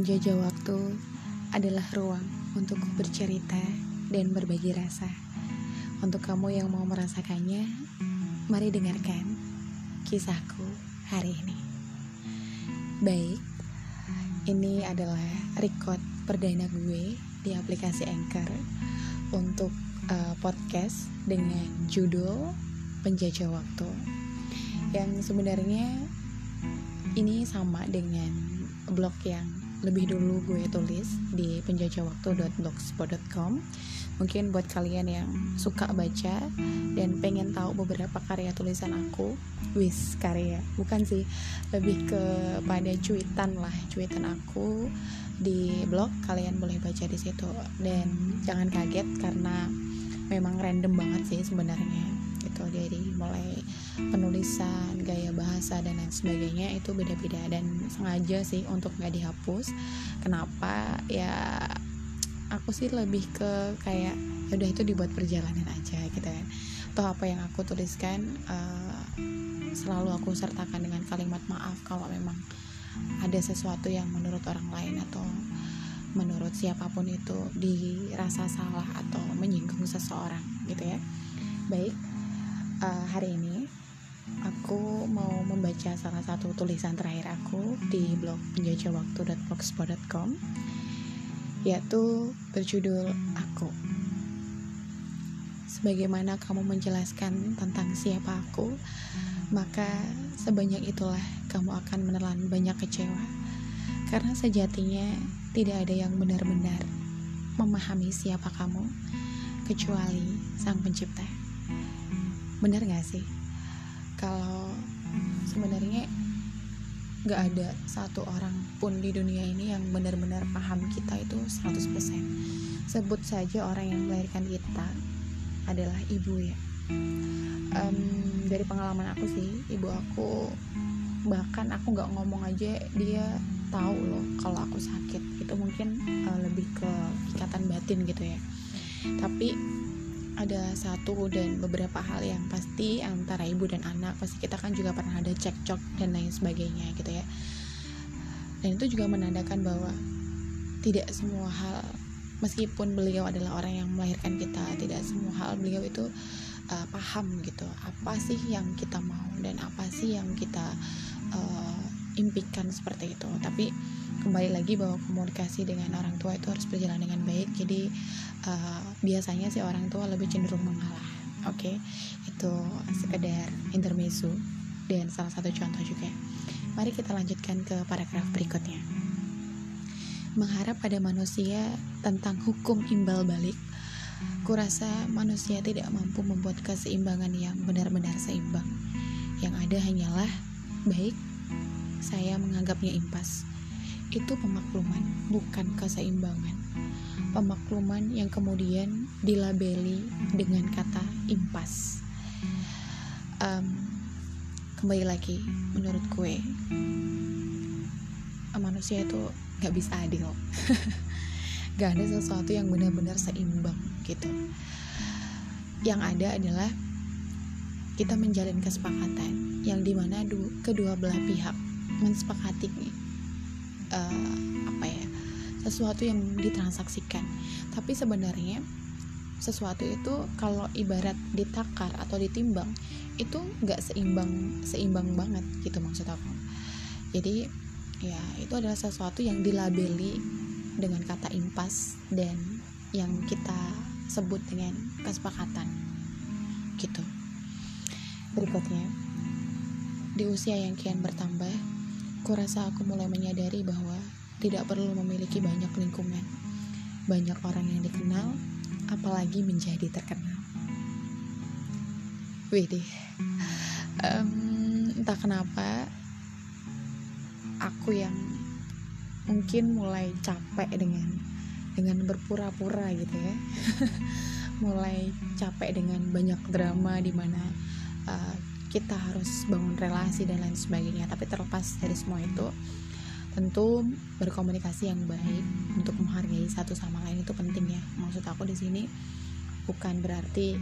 Menjajah waktu adalah ruang untuk bercerita dan berbagi rasa. Untuk kamu yang mau merasakannya, mari dengarkan kisahku hari ini. Baik, ini adalah record perdana gue di aplikasi Anchor untuk podcast dengan judul Penjajah Waktu. Yang sebenarnya ini sama dengan blog yang lebih dulu gue tulis di penjajahwaktu.blogspot.com. Mungkin buat kalian yang suka baca dan pengen tahu beberapa karya tulisan aku, karya bukan sih, lebih kepada cuitan aku di blog, kalian boleh baca di situ. Dan jangan kaget karena memang random banget sih sebenarnya gitu. Jadi mulai penulisan, gaya bahasa dan lain sebagainya itu beda-beda, dan sengaja sih untuk gak dihapus. Kenapa? Ya aku sih lebih ke kayak yaudah itu dibuat perjalanan aja gitu kan. Toh apa yang aku tuliskan selalu aku sertakan dengan kalimat maaf kalau memang ada sesuatu yang menurut orang lain atau menurut siapapun itu dirasa salah atau menyinggung seseorang gitu ya. Baik, hari ini aku mau membaca salah satu tulisan terakhir aku di blog penjajahwaktu.blogspot.com, yaitu berjudul Aku. Sebagaimana kamu menjelaskan tentang siapa aku, maka sebanyak itulah kamu akan menelan banyak kecewa. Karena sejatinya tidak ada yang benar-benar memahami siapa kamu kecuali Sang Pencipta. Benar gak sih? Kalau sebenarnya gak ada satu orang pun di dunia ini yang benar-benar paham kita itu 100%. Sebut saja orang yang melahirkan kita adalah ibu ya. Dari pengalaman aku sih, ibu aku, bahkan aku gak ngomong aja dia tahu loh kalau aku sakit. Itu mungkin lebih ke ikatan batin gitu ya. Tapi ada satu dan beberapa hal yang pasti antara ibu dan anak, pasti kita kan juga pernah ada cekcok dan lain sebagainya gitu ya. Dan itu juga menandakan bahwa tidak semua hal, meskipun beliau adalah orang yang melahirkan kita, tidak semua hal beliau itu paham gitu apa sih yang kita mau dan apa sih yang kita impikan seperti itu. Tapi kembali lagi bahwa komunikasi dengan orang tua itu harus berjalan dengan baik. Jadi biasanya sih orang tua lebih cenderung mengalah. Oke, itu sekedar intermezzo dan salah satu contoh juga. Mari kita lanjutkan ke paragraf berikutnya. Mengharap pada manusia tentang hukum imbal balik, kurasa manusia tidak mampu membuat keseimbangan yang benar-benar seimbang. Yang ada hanyalah baik, saya menganggapnya impas. Itu pemakluman, bukan keseimbangan. Pemakluman yang kemudian dilabeli dengan kata impas. Kembali lagi, menurut gue manusia itu gak bisa adil. Gak ada sesuatu yang benar-benar seimbang gitu. Yang ada adalah kita menjalin kesepakatan yang dimana kedua belah pihak mensepakati sesuatu yang ditransaksikan. Tapi sebenarnya sesuatu itu kalau ibarat ditakar atau ditimbang itu nggak seimbang banget gitu maksud aku. Jadi ya itu adalah sesuatu yang dilabeli dengan kata impas dan yang kita sebut dengan kesepakatan gitu. Berikutnya, di usia yang kian bertambah, kurasa aku mulai menyadari bahwa tidak perlu memiliki banyak lingkungan, banyak orang yang dikenal, apalagi menjadi terkenal. Entah kenapa aku yang mungkin mulai capek dengan berpura-pura gitu ya. Mulai capek dengan banyak drama di mana kita harus bangun relasi dan lain sebagainya. Tapi terlepas dari semua itu, tentu berkomunikasi yang baik untuk menghargai satu sama lain itu penting ya. Maksud aku di sini bukan berarti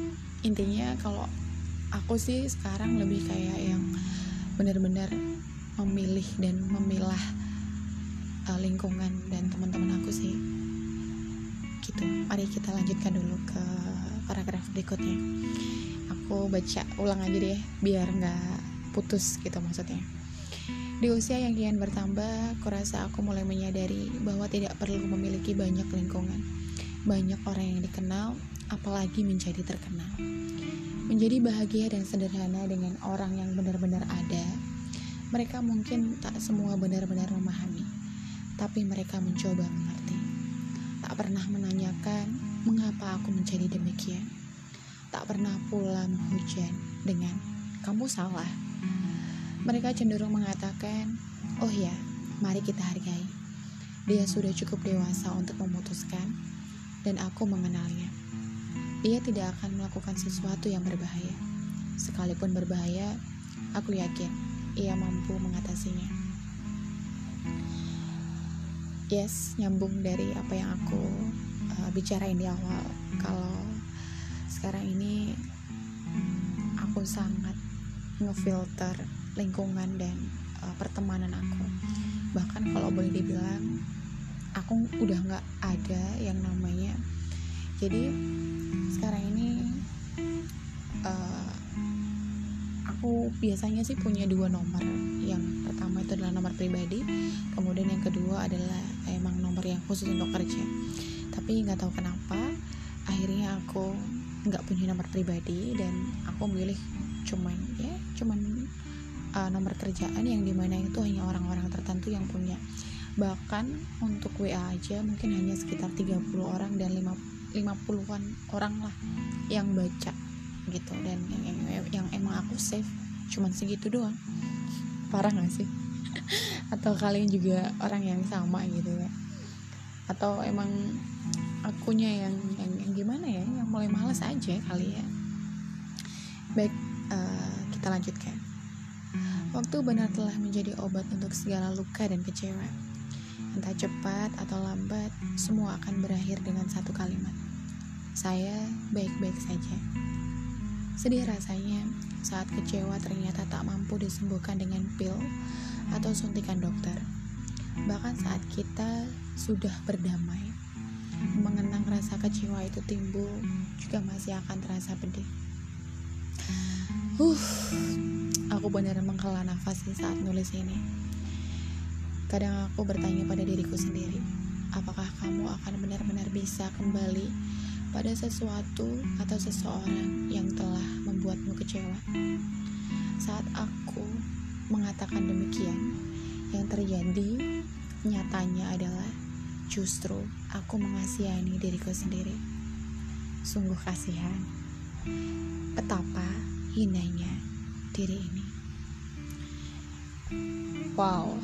intinya kalau aku sih sekarang lebih kayak yang benar-benar memilih dan memilah lingkungan dan teman-teman aku sih gitu. Mari kita lanjutkan dulu ke paragraf berikutnya. Aku baca ulang aja deh biar nggak putus gitu maksudnya. Di usia yang kian bertambah, kurasa aku mulai menyadari bahwa tidak perlu memiliki banyak lingkungan, banyak orang yang dikenal, apalagi menjadi terkenal. Menjadi bahagia dan sederhana dengan orang yang benar-benar ada. Mereka mungkin tak semua benar-benar memahami, tapi mereka mencoba mengerti. Tak pernah menanyakan mengapa aku menjadi demikian. Tak pernah pula menghujat dengan kamu salah. Mereka cenderung mengatakan, oh ya, mari kita hargai. Dia sudah cukup dewasa untuk memutuskan, dan aku mengenalnya. Ia tidak akan melakukan sesuatu yang berbahaya. Sekalipun berbahaya, aku yakin ia mampu mengatasinya. Yes, nyambung dari apa yang aku bicarain di awal. Kalau sekarang ini aku sangat ngefilter lingkungan dan pertemanan aku. Bahkan kalau boleh dibilang, aku udah gak ada yang namanya. Jadi sekarang ini aku biasanya sih punya 2 nomor. Yang pertama itu adalah nomor pribadi, kemudian yang kedua adalah emang nomor yang khusus untuk kerja. Tapi nggak tahu kenapa akhirnya aku nggak punya nomor pribadi dan aku milih cuman nomor kerjaan yang dimana itu hanya orang-orang tertentu yang punya. Bahkan untuk WA aja mungkin hanya sekitar 30 orang dan 50-an orang lah yang baca gitu, dan yang emang aku save cuman segitu doang. Parah gak sih? Atau kalian juga orang yang sama gitu ya? Atau emang akunya yang gimana ya, yang mulai malas aja kali ya? Baik, kita lanjutkan. Waktu benar telah menjadi obat untuk segala luka dan kecewa. Entah cepat atau lambat, semua akan berakhir dengan satu kalimat. Saya baik-baik saja. Sedih rasanya saat kecewa ternyata tak mampu disembuhkan dengan pil atau suntikan dokter. Bahkan saat kita sudah berdamai, mengenang rasa kecewa itu timbul juga masih akan terasa pedih. Aku benar menghela nafas saat nulis ini. Kadang aku bertanya pada diriku sendiri, apakah kamu akan benar-benar bisa kembali pada sesuatu atau seseorang yang telah membuatmu kecewa? Saat aku mengatakan demikian, yang terjadi nyatanya adalah justru aku mengasihani diriku sendiri. Sungguh kasihan, betapa hinanya diri ini. Wow.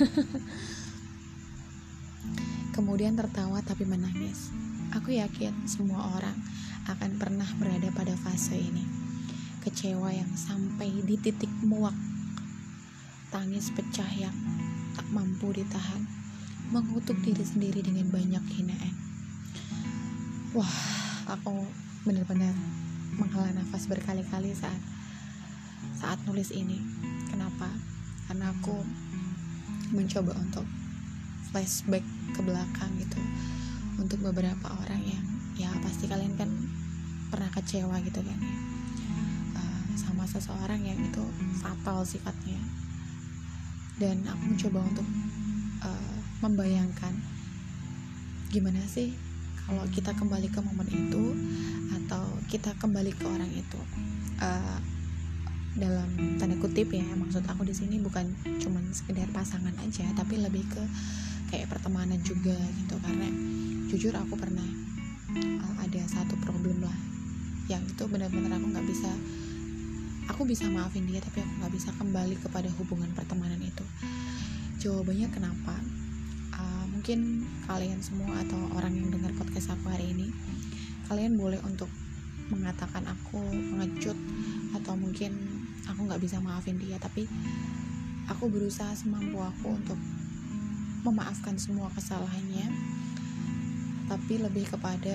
Kemudian tertawa tapi menangis. Aku yakin semua orang akan pernah berada pada fase ini. Kecewa yang sampai di titik muak, tangis pecah yang tak mampu ditahan, mengutuk diri sendiri dengan banyak hinaan. Wah, aku benar-benar menghela nafas berkali-kali saat nulis ini. Kenapa? Karena aku mencoba untuk flashback ke belakang gitu, untuk beberapa orang yang ya pasti kalian kan pernah kecewa gitu kan ya, sama seseorang yang itu fatal sifatnya. Dan aku mencoba untuk membayangkan gimana sih kalau kita kembali ke momen itu, atau kita kembali ke orang itu. Dalam tanda kutip ya, maksud aku di sini bukan cuman sekedar pasangan aja, tapi lebih ke kayak pertemanan juga gitu. Karena jujur aku pernah ada satu problem lah, yang itu benar-benar aku bisa maafin dia, tapi aku nggak bisa kembali kepada hubungan pertemanan itu. Jawabannya kenapa? Mungkin kalian semua atau orang yang dengar podcast aku hari ini, kalian boleh untuk mengatakan aku pengecut, atau mungkin aku nggak bisa maafin dia, tapi aku berusaha semampu aku untuk memaafkan semua kesalahannya. Tapi lebih kepada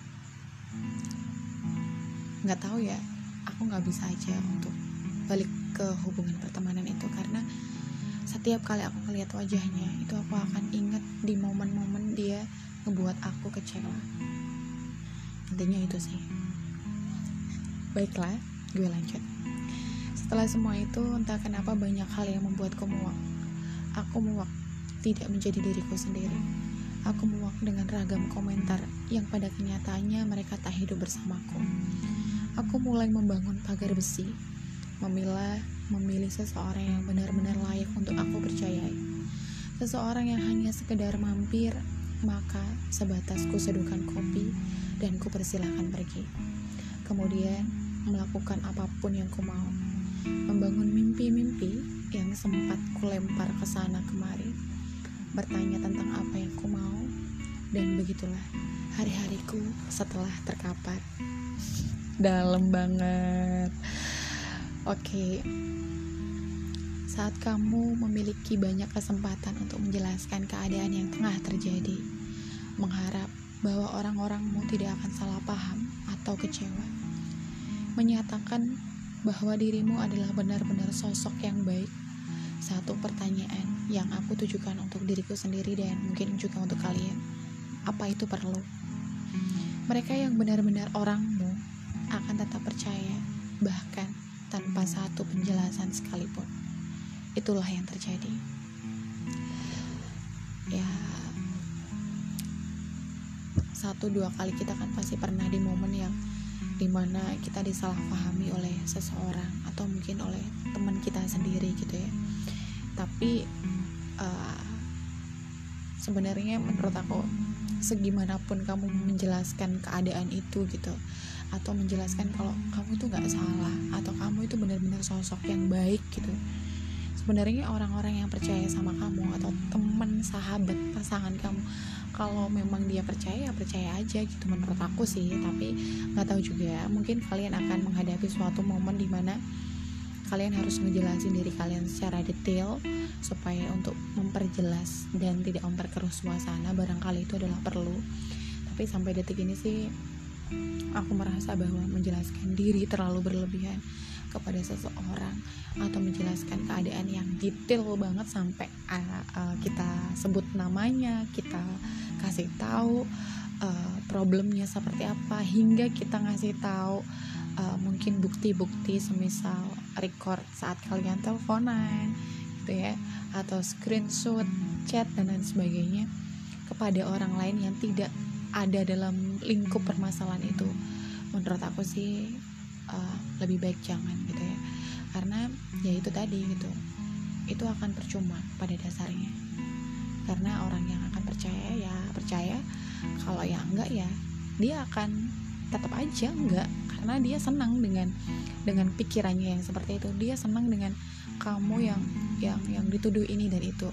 nggak tahu ya, aku nggak bisa aja untuk balik ke hubungan pertemanan itu, karena setiap kali aku ngeliat wajahnya itu aku akan ingat di momen-momen dia ngebuat aku kecewa. Intinya itu sih. Baiklah, gue lanjut. Setelah semua itu, entah kenapa banyak hal yang membuatku muak. Aku muak tidak menjadi diriku sendiri. Aku muak dengan ragam komentar yang pada kenyataannya mereka tak hidup bersamaku. Aku mulai membangun pagar besi, memilih seseorang yang benar-benar layak untuk aku percayai. Seseorang yang hanya sekedar mampir, maka sebatas ku seduhkan kopi dan ku persilahkan pergi. Kemudian melakukan apapun yang ku mau, membangun mimpi-mimpi yang sempat ku lempar ke sana kemari, bertanya tentang apa yang ku mau, dan begitulah hari-hariku setelah terkapar. Dalam banget. Oke. Saat kamu memiliki banyak kesempatan untuk menjelaskan keadaan yang tengah terjadi, mengharap bahwa orang-orangmu tidak akan salah paham atau kecewa, menyatakan bahwa dirimu adalah benar-benar sosok yang baik, satu pertanyaan yang aku tujukan untuk diriku sendiri dan mungkin juga untuk kalian, apa itu perlu? Mereka yang benar-benar orangmu akan tetap percaya, bahkan tanpa satu penjelasan sekalipun. Itulah yang terjadi. Ya, 1-2 kali kita kan pasti pernah di momen yang dimana kita disalahpahami oleh seseorang atau mungkin oleh teman kita sendiri gitu ya. Tapi sebenarnya menurut aku, segimanapun kamu menjelaskan keadaan itu gitu, atau menjelaskan kalau kamu tuh gak salah, atau kamu itu benar-benar sosok yang baik gitu, sebenarnya orang-orang yang percaya sama kamu atau teman, sahabat, pasangan kamu, kalau memang dia percaya, ya percaya aja gitu menurut aku sih. Tapi gak tahu juga, mungkin kalian akan menghadapi suatu momen dimana kalian harus ngejelasin diri kalian secara detail supaya untuk memperjelas dan tidak memperkeruh suasana, barangkali itu adalah perlu. Tapi sampai detik ini sih aku merasa bahwa menjelaskan diri terlalu berlebihan kepada seseorang atau menjelaskan keadaan yang detail banget sampai kita sebut namanya, kita kasih tahu problemnya seperti apa, hingga kita ngasih tahu mungkin bukti-bukti semisal record saat kalian teleponan gitu ya, atau screenshot chat dan lain sebagainya kepada orang lain yang tidak ada dalam lingkup permasalahan itu. Menurut aku sih lebih baik jangan gitu ya, karena ya itu tadi gitu, itu akan percuma pada dasarnya, karena orang yang akan percaya ya percaya, kalau yang enggak ya dia akan tetap aja enggak, karena dia senang dengan pikirannya yang seperti itu, dia senang dengan kamu yang dituduh ini dan itu.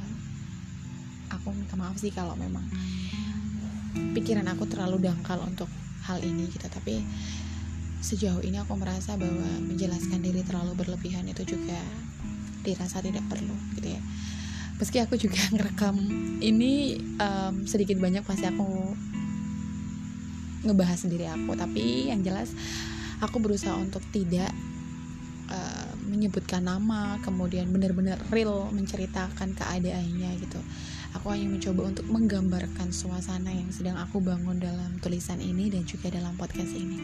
Aku minta maaf sih kalau memang pikiran aku terlalu dangkal untuk hal ini gitu, tapi sejauh ini aku merasa bahwa menjelaskan diri terlalu berlebihan itu juga dirasa tidak perlu gitu ya. Meski aku juga ngerekam ini sedikit banyak pasti aku ngebahas diri aku, tapi yang jelas aku berusaha untuk tidak menyebutkan nama, kemudian benar-benar real menceritakan keadaannya gitu. Aku hanya mencoba untuk menggambarkan suasana yang sedang aku bangun dalam tulisan ini dan juga dalam podcast ini.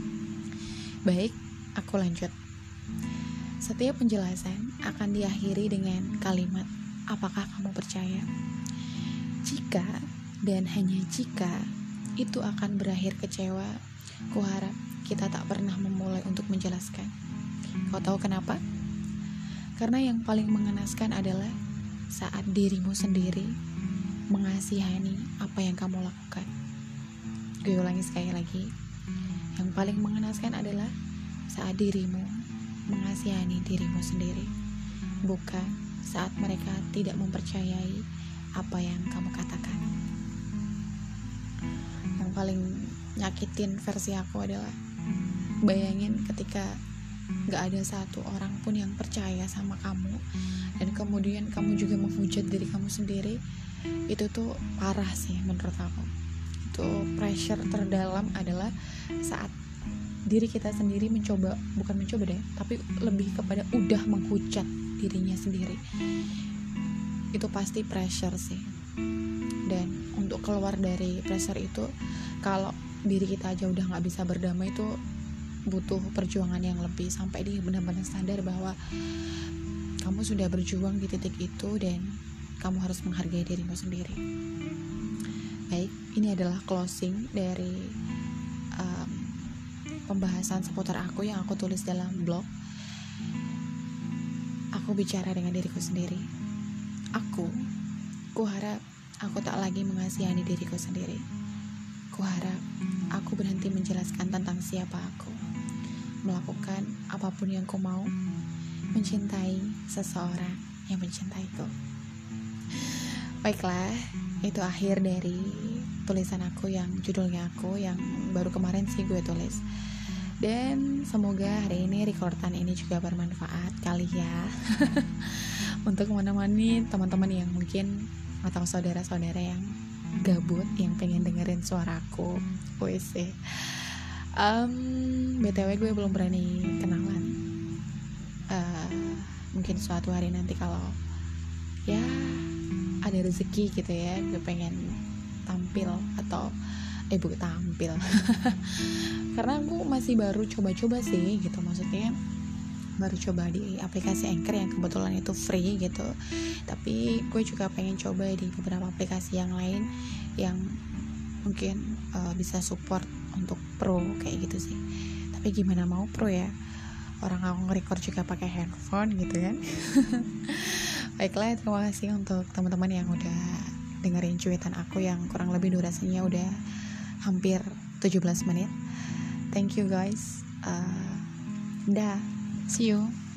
Baik, aku lanjut. Setiap penjelasan akan diakhiri dengan kalimat, apakah kamu percaya? Jika dan hanya jika itu akan berakhir kecewa, kuharap kita tak pernah memulai untuk menjelaskan. Kau tahu kenapa? Karena yang paling mengenaskan adalah saat dirimu sendiri mengasihani apa yang kamu lakukan. Gue ulangi sekali lagi. Yang paling mengenaskan adalah saat dirimu mengasihani dirimu sendiri, bukan saat mereka tidak mempercayai apa yang kamu katakan. Yang paling nyakitin versi aku adalah bayangin ketika gak ada satu orang pun yang percaya sama kamu, dan kemudian kamu juga menghujat diri kamu sendiri. Itu tuh parah sih menurut aku. Itu pressure terdalam adalah saat diri kita sendiri bukan mencoba deh, tapi lebih kepada udah menghujat dirinya sendiri, itu pasti pressure sih. Dan untuk keluar dari pressure itu, kalau diri kita aja udah gak bisa berdamai, itu butuh perjuangan yang lebih, sampai dia benar-benar sadar bahwa kamu sudah berjuang di titik itu dan kamu harus menghargai dirimu sendiri. Baik, ini adalah closing dari pembahasan seputar aku yang aku tulis dalam blog. Aku bicara dengan diriku sendiri. Ku harap aku tak lagi mengasihani diriku sendiri. Ku harap aku berhenti menjelaskan tentang siapa aku, melakukan apapun yang ku mau, mencintai seseorang yang mencintaiku. Baiklah, itu akhir dari tulisan aku yang judulnya Aku, yang baru kemarin sih gue tulis. Dan semoga hari ini rekordan ini juga bermanfaat kali ya. Untuk menemani teman-teman yang mungkin atau saudara-saudara yang gabut, yang pengen dengerin suaraku. WC. BTW gue belum berani kenalan. Mungkin suatu hari nanti kalau ya ada rezeki gitu ya, gue pengen tampil atau bukan tampil karena aku masih baru coba-coba sih gitu, maksudnya baru coba di aplikasi Anchor yang kebetulan itu free gitu, tapi gue juga pengen coba di beberapa aplikasi yang lain yang mungkin bisa support untuk pro kayak gitu sih. Tapi gimana mau pro ya, orang aku nge-record juga pakai handphone gitu kan. Baiklah, terima kasih untuk teman-teman yang udah dengerin cuitan aku yang kurang lebih durasinya udah hampir 17 menit. Thank you guys. Dah, see you.